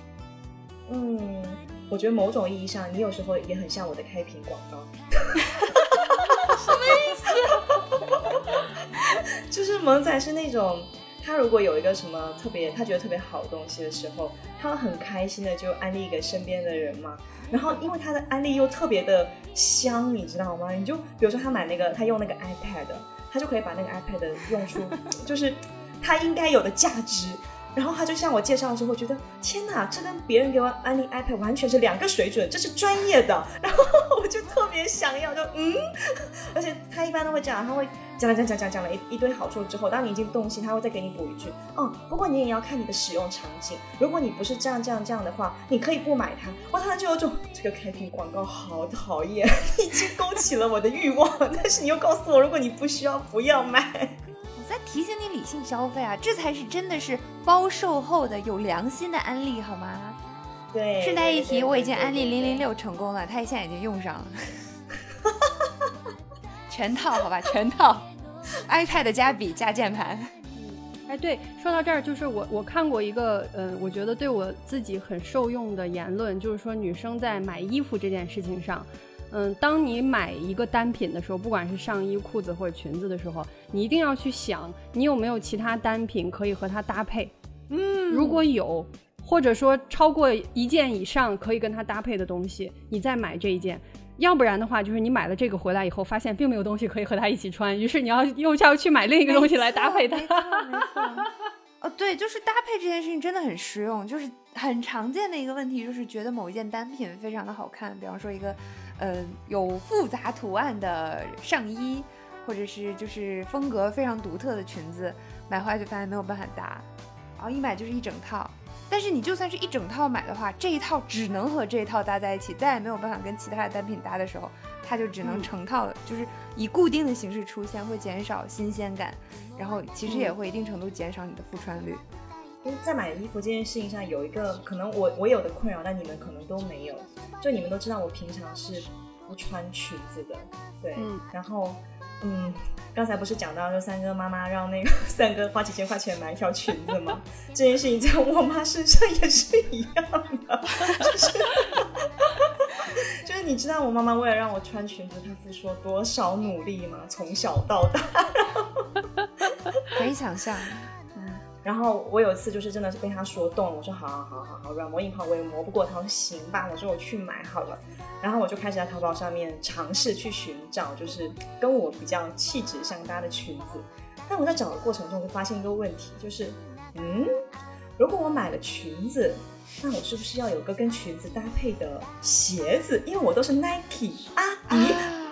我觉得某种意义上，你有时候也很像我的开屏广告。 什么意思？就是萌仔是那种，他如果有一个什么特别，他觉得特别好的东西的时候，他会很开心的就安利给身边的人嘛。然后因为他的安利又特别的香，你知道吗？你就比如说他用那个 iPad， 他就可以把那个 iPad 用出就是他应该有的价值。然后他就向我介绍的时候，我觉得天哪，这跟别人给我安利 iPad 完全是两个水准，这是专业的。然后我就特别想要，而且他一般都会这样，他会讲了一堆好处之后，当你已经动心，他会再给你补一句，不过你也要看你的使用场景，如果你不是这样的话，你可以不买它。哇，他就有种这个开屏广告好讨厌，已经勾起了我的欲望，但是你又告诉我，如果你不需要，不要买。 我在提醒你理性消费啊，这才是真的是包售后的有良心的安利，好吗？ 对， 顺带一提，我已经安利006成功了，他现在已经用上了。全套好吧，全套 iPad 加笔加键盘。 哎，对，说到这儿，就是我看过一个我觉得对我自己很受用的言论，就是说女生在买衣服这件事情上，当你买一个单品的时候，不管是上衣、裤子或者裙子的时候，你一定要去想你有没有其他单品可以和它搭配。如果有，或者说超过一件以上可以跟它搭配的东西，你再买这一件。要不然的话，就是你买了这个回来以后，发现并没有东西可以和它一起穿，于是你又要去买另一个东西来搭配它。 没错。对，就是搭配这件事情真的很实用，就是很常见的一个问题，就是觉得某一件单品非常的好看，比方说一个有复杂图案的上衣，或者是就是风格非常独特的裙子，买回来就发现没有办法搭，然后一买就是一整套。但是你就算是一整套买的话，这一套只能和这一套搭在一起，再也没有办法跟其他的单品搭的时候，它就只能成套的，就是以固定的形式出现，会减少新鲜感，然后其实也会一定程度减少你的复穿率。 在买衣服这件事情上有一个可能我有的困扰，但你们可能都没有，就你们都知道我平常是不穿裙子的，对，然后刚才不是讲到就三哥妈妈让那个三哥花几千块钱买一条裙子吗？这件事情在我妈身上也是一样的，就是你知道我妈妈为了让我穿裙子，她付出了多少努力吗？从小到大， 可以想象。 然后我有一次就是真的是被他说动了，我说好，软磨硬泡我也磨不过他，我说行吧，我说我去买好了。然后我就开始在淘宝上面尝试去寻找，就是跟我比较气质相搭的裙子。但我在找的过程中就发现一个问题，就是如果我买了裙子，那我是不是要有个跟裙子搭配的鞋子？因为我都是 Nike 阿迪，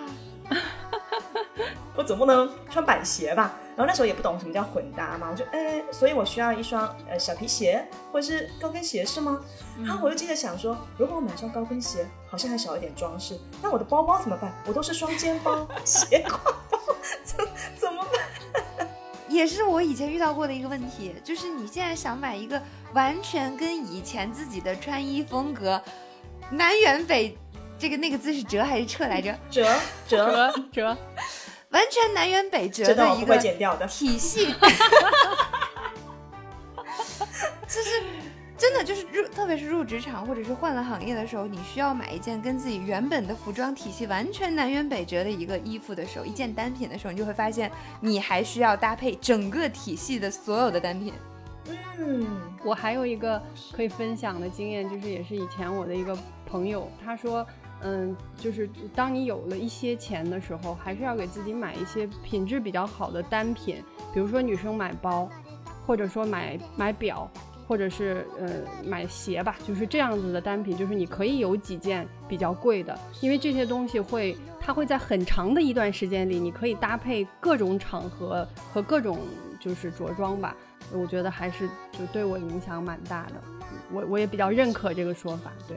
我总不能穿板鞋吧。然后那时候也不懂什么叫混搭嘛，我就所以我需要一双小皮鞋或者是高跟鞋是吗？然后我就记得想说，如果我买双高跟鞋好像还少一点装饰，那我的包包怎么办？我都是双肩包斜挎包怎么办？ 也是我以前遇到过的一个问题，就是你现在想买一个完全跟以前自己的穿衣风格南辕北，那个字是折还是撤来着？ 折完全南辕北辙的一个体系，就是真的就是特别是入职场或者是换了行业的时候，你需要买一件跟自己原本的服装体系完全南辕北辙的一个衣服的时候，一件单品的时候，你就会发现你还需要搭配整个体系的所有的单品。 我还有一个可以分享的经验，就是也是以前我的一个朋友，他说就是当你有了一些钱的时候，还是要给自己买一些品质比较好的单品，比如说女生买包，或者说买表，或者是买鞋吧，就是这样子的单品，就是你可以有几件比较贵的，因为这些东西它会在很长的一段时间里，你可以搭配各种场合和各种就是着装吧，我觉得还是就对我影响蛮大的，我也比较认可这个说法，对。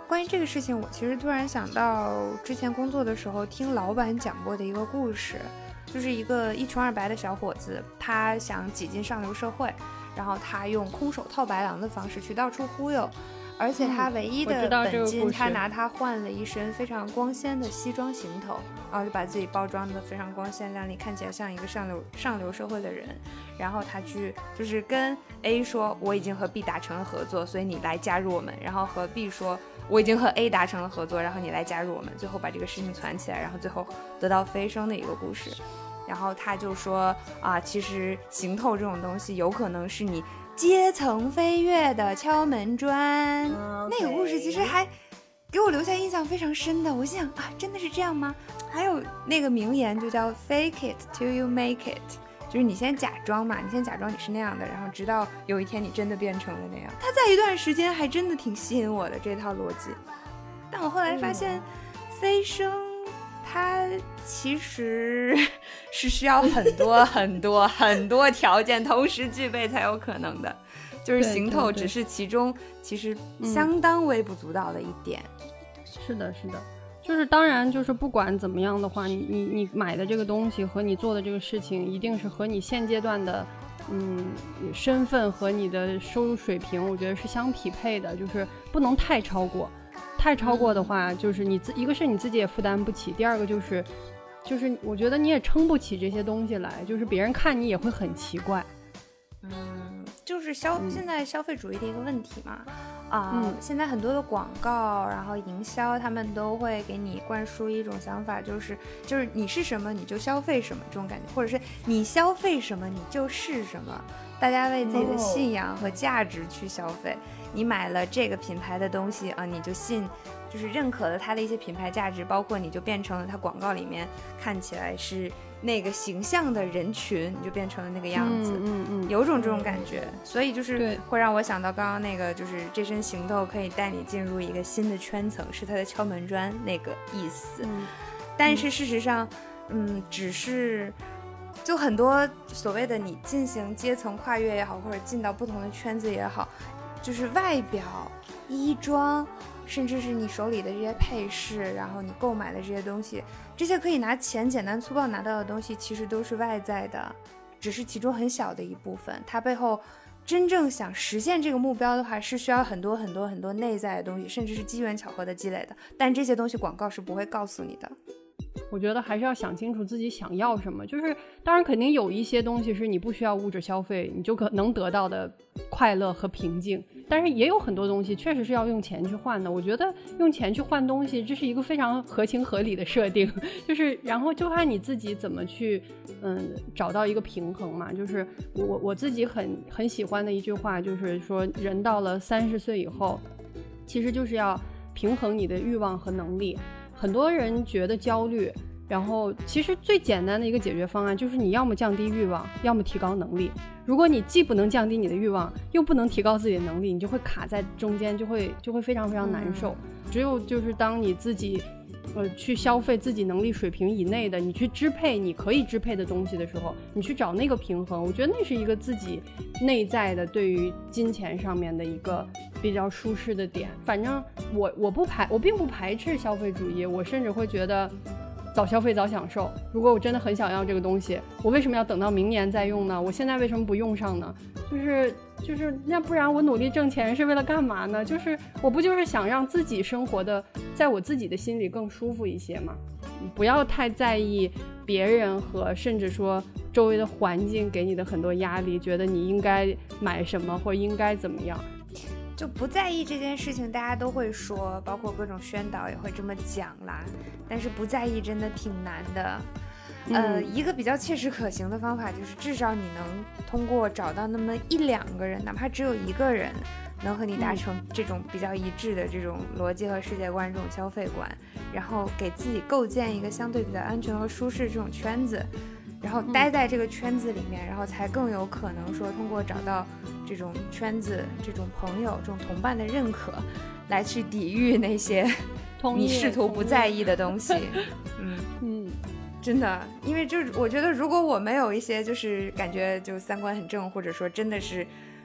关于这个事情，我其实突然想到之前工作的时候听老板讲过的一个故事，就是一个一穷二白的小伙子，他想挤进上流社会，然后他用空手套白狼的方式去到处忽悠，而且他唯一的本金，他拿他换了一身非常光鲜的西装行头，然后就把自己包装的非常光鲜亮丽，看起来像一个上流社会的人。然后他去就是跟 A 说我已经和 B 达成了合作，所以你来加入我们，然后和 B 说我已经和 A 达成了合作，然后你来加入我们，最后把这个事情攒起来，然后最后得到飞升的一个故事。然后他就说啊，其实行头这种东西有可能是你阶层飞跃的敲门砖。那个故事其实还给我留下印象非常深的，我想啊，真的是这样吗？还有那个名言就叫 fake it till you make it， 就是你先假装嘛，你先假装你是那样的，然后直到有一天你真的变成了那样。他在一段时间还真的挺吸引我的这套逻辑，但我后来发现飞升它其实是需要很多条件同时具备才有可能的，就是行头只是其中其实相当微不足道的一点。 是的，就是当然就是不管怎么样的话，你买的这个东西和你做的这个事情一定是和你现阶段的身份和你的收入水平我觉得是相匹配的，就是不能太超过的话，就是一个是你自己也负担不起，第二个就是我觉得你也撑不起这些东西来，就是别人看你也会很奇怪。 就是现在消费主义的一个问题嘛。现在很多的广告然后营销他们都会给你灌输一种想法，就是你是什么你就消费什么这种感觉，或者是你消费什么你就是什么，大家为自己的信仰和价值去消费。你买了这个品牌的东西啊，你就就是认可了它的一些品牌价值，包括你就变成了它广告里面看起来是那个形象的人群，你就变成了那个样子。有种这种感觉，所以就是会让我想到刚刚那个，就是这身行头可以带你进入一个新的圈层，是它的敲门砖那个意思。但是事实上只是就很多所谓的你进行阶层跨越也好，或者进到不同的圈子也好，就是外表衣装甚至是你手里的这些配饰，然后你购买的这些东西，这些可以拿钱简单粗暴拿到的东西，其实都是外在的，只是其中很小的一部分。它背后真正想实现这个目标的话，是需要很多内在的东西，甚至是机缘巧合的积累的，但这些东西广告是不会告诉你的。 我觉得还是要想清楚自己想要什么，就是当然肯定有一些东西是你不需要物质消费你就可能得到的快乐和平静，但是也有很多东西确实是要用钱去换的。我觉得用钱去换东西这是一个非常合情合理的设定，就是然后就看你自己怎么去找到一个平衡嘛。就是我自己很喜欢的一句话，就是说人到了30岁以后其实就是要平衡你的欲望和能力。很多人觉得焦虑，然后其实最简单的一个解决方案就是你要么降低欲望，要么提高能力。如果你既不能降低你的欲望，又不能提高自己的能力，你就会卡在中间，就会非常非常难受。只有就是当你自己去消费自己能力水平以内的，你去支配你可以支配的东西的时候，你去找那个平衡，我觉得那是一个自己内在的对于金钱上面的一个比较舒适的点。反正我并不排斥消费主义，我甚至会觉得早消费早享受。如果我真的很想要这个东西，我为什么要等到明年再用呢？我现在为什么不用上呢？就是那不然我努力挣钱是为了干嘛呢？就是我不就是想让自己生活的在我自己的心里更舒服一些吗？不要太在意别人和甚至说周围的环境给你的很多压力，觉得你应该买什么或应该怎么样， 就不在意这件事情。大家都会说，包括各种宣导也会这么讲啦，但是不在意真的挺难的。一个比较切实可行的方法就是至少你能通过找到那么1-2个人，哪怕只有1个人能和你达成这种比较一致的这种逻辑和世界观，这种消费观，然后给自己构建一个相对比较安全和舒适的这种圈子，然后待在这个圈子里面，然后才更有可能说通过找到这种圈子、这种朋友、这种同伴的认可，来去抵御那些你试图不在意的东西。真的，因为就是我觉得如果我没有一些就是感觉就三观很正，或者说真的是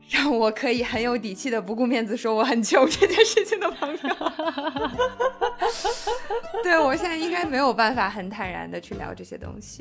让我可以很有底气的不顾面子说我很穷这件事情的朋友。对，我现在应该没有办法很坦然的去聊这些东西。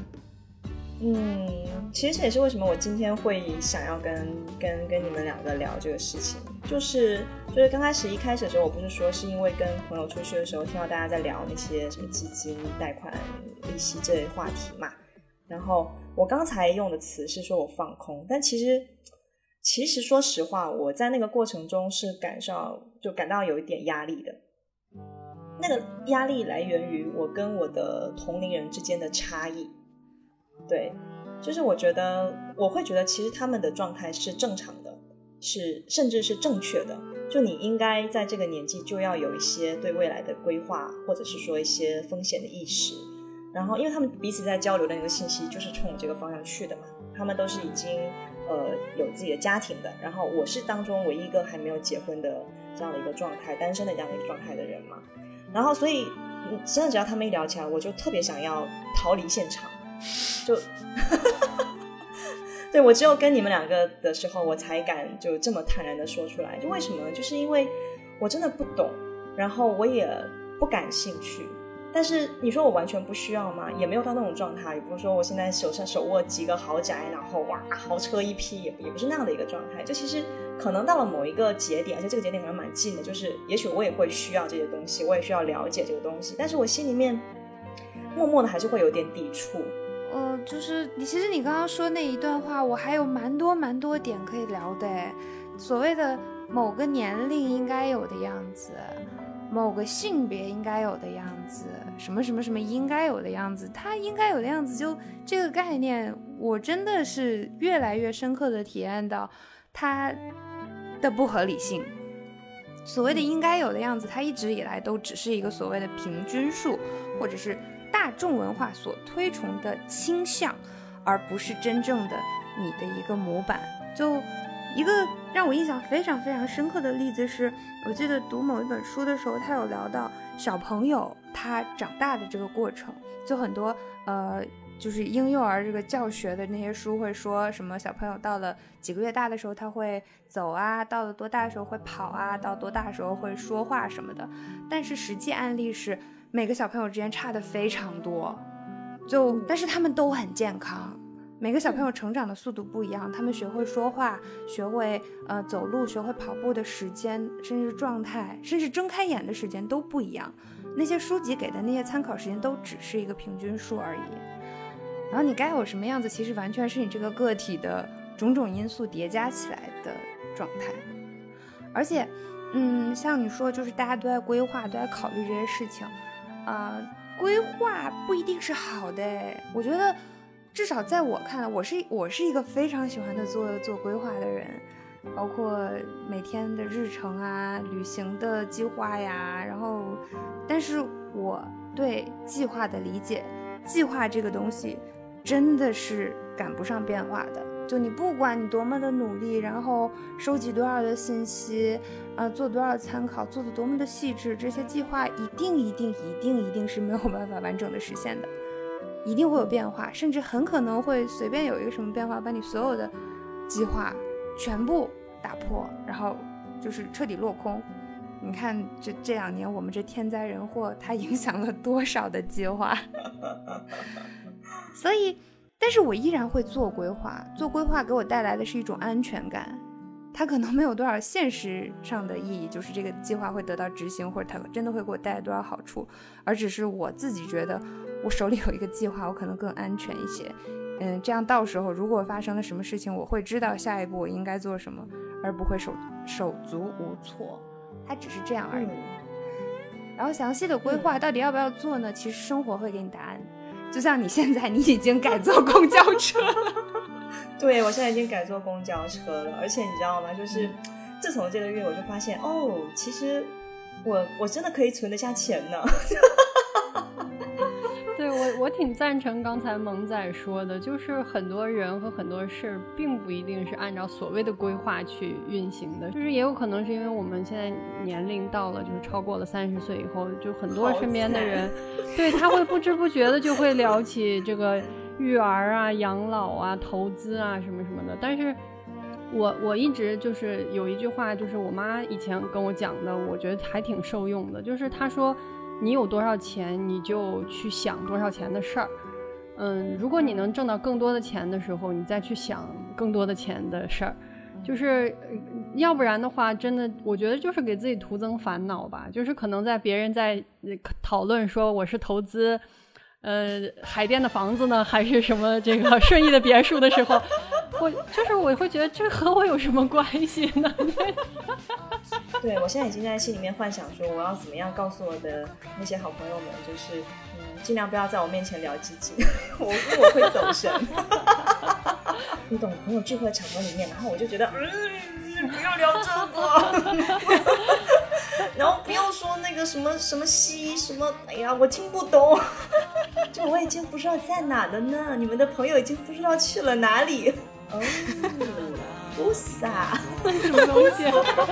其实也是为什么我今天会想要跟你们两个聊这个事情，就是刚开始的时候，我不是说是因为跟朋友出去的时候听到大家在聊那些什么基金、贷款、利息这类话题嘛，然后我刚才用的词是说我放空，但其实说实话，我在那个过程中是感到有一点压力的。那个压力来源于我跟我的同龄人之间的差异。对，就是我会觉得其实他们的状态是正常的，甚至是正确的，就你应该在这个年纪就要有一些对未来的规划，或者是说一些风险的意识。然后因为他们彼此在交流的那个信息就是冲这个方向去的嘛，他们都是已经有自己的家庭的，然后我是当中唯一一个还没有结婚的这样的一个状态，单身的这样的一个状态的人嘛。然后所以真的只要他们一聊起来，我就特别想要逃离现场，就对，我只有跟你们两个的时候我才敢就这么坦然的说出来。就为什么呢？就是因为我真的不懂，然后我也不感兴趣。但是你说我完全不需要吗？也没有到那种状态，也不是说我现在手上手握几个豪宅，然后哇豪车一批，也不是那样的一个状态。就其实可能到了某一个节点，而且这个节点可能蛮近的，就是也许我也会需要这些东西，我也需要了解这个东西，但是我心里面默默的还是会有点抵触。 就是其实你刚刚说那一段话，我还有蛮多点可以聊的。所谓的某个年龄应该有的样子，某个性别应该有的样子，什么应该有的样子，它应该有的样子，就这个概念我真的是越来越深刻的体验到它的不合理性。所谓的应该有的样子，它一直以来都只是一个所谓的平均数，或者是大众文化所推崇的倾向，而不是真正的你的一个模板。就一个让我印象非常非常深刻的例子是，我记得读某一本书的时候，他有聊到小朋友他长大的这个过程，就很多就是婴幼儿这个教学的那些书会说什么小朋友到了几个月大的时候他会走啊，到了多大的时候会跑啊，到多大的时候会说话什么的。但是实际案例是每个小朋友之间差的非常多，但是他们都很健康。每个小朋友成长的速度不一样，他们学会说话，学会走路，学会跑步的时间，甚至状态，甚至睁开眼的时间都不一样。那些书籍给的那些参考时间都只是一个平均数而已。然后你该有什么样子，其实完全是你这个个体的种种因素叠加起来的状态。而且像你说，就是大家都在规划，都在考虑这些事情，规划不一定是好的。我觉得至少在我看来，我是一个非常喜欢的做规划的人，包括每天的日程啊，旅行的计划呀。然后但是我对计划的理解，计划这个东西真的是赶不上变化的。就你不管你多么的努力，然后收集多少的信息，做多少参考，做得多么的细致，这些计划一定是没有办法完整的实现的，一定会有变化，甚至很可能会随便有一个什么变化，把你所有的计划全部打破，然后就是彻底落空。你看这2年我们这天灾人祸，它影响了多少的计划。所以但是我依然会做规划，做规划给我带来的是一种安全感。它可能没有多少现实上的意义，就是这个计划会得到执行，或者它真的会给我带来多少好处，而只是我自己觉得我手里有一个计划，我可能更安全一些。这样到时候如果发生了什么事情，我会知道下一步我应该做什么，而不会手足无措。它只是这样而已。然后详细的规划到底要不要做呢？其实生活会给你答案。就像你现在，你已经改坐公交车了。 对，我现在已经改坐公交车了，而且你知道吗？就是自从这个月，我就发现其实我真的可以存得下钱呢。 对，我挺赞成刚才萌仔说的，就是很多人和很多事并不一定是按照所谓的规划去运行的，就是也有可能是因为我们现在年龄到了，就是超过了30岁以后，就很多身边的人，对，他会不知不觉的就会聊起这个育儿啊、养老啊、投资啊什么什么的。但是我一直就是有一句话，就是我妈以前跟我讲的，我觉得还挺受用的，就是她说你有多少钱你就去想多少钱的事儿。如果你能挣到更多的钱的时候，你再去想更多的钱的事儿，就是要不然的话，真的我觉得就是给自己徒增烦恼吧。就是可能在别人在讨论说我是投资海淀的房子呢，还是什么这个顺义的别墅的时候，我会觉得这和我有什么关系呢？ 对，我现在已经在心里面幻想说，我要怎么样告诉我的那些好朋友们，就是尽量不要在我面前聊基金，我会走神。你懂，朋友聚会场合里面，然后我就觉得，不要聊这个，然后不要说那个什么什么西什么，哎呀，我听不懂。就我已经不知道在哪了呢，你们的朋友已经不知道去了哪里。哦，乌撒， 什么东西？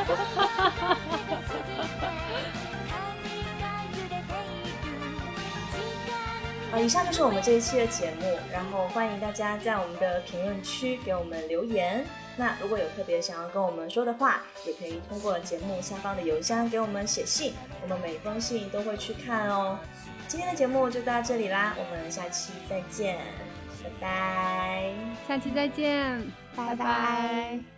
以上就是我们这一期的节目，然后欢迎大家在我们的评论区给我们留言。那如果有特别想要跟我们说的话，也可以通过节目下方的邮箱给我们写信，我们每封信都会去看哦。今天的节目就到这里啦，我们下期再见，拜拜。 下期再见， 拜拜。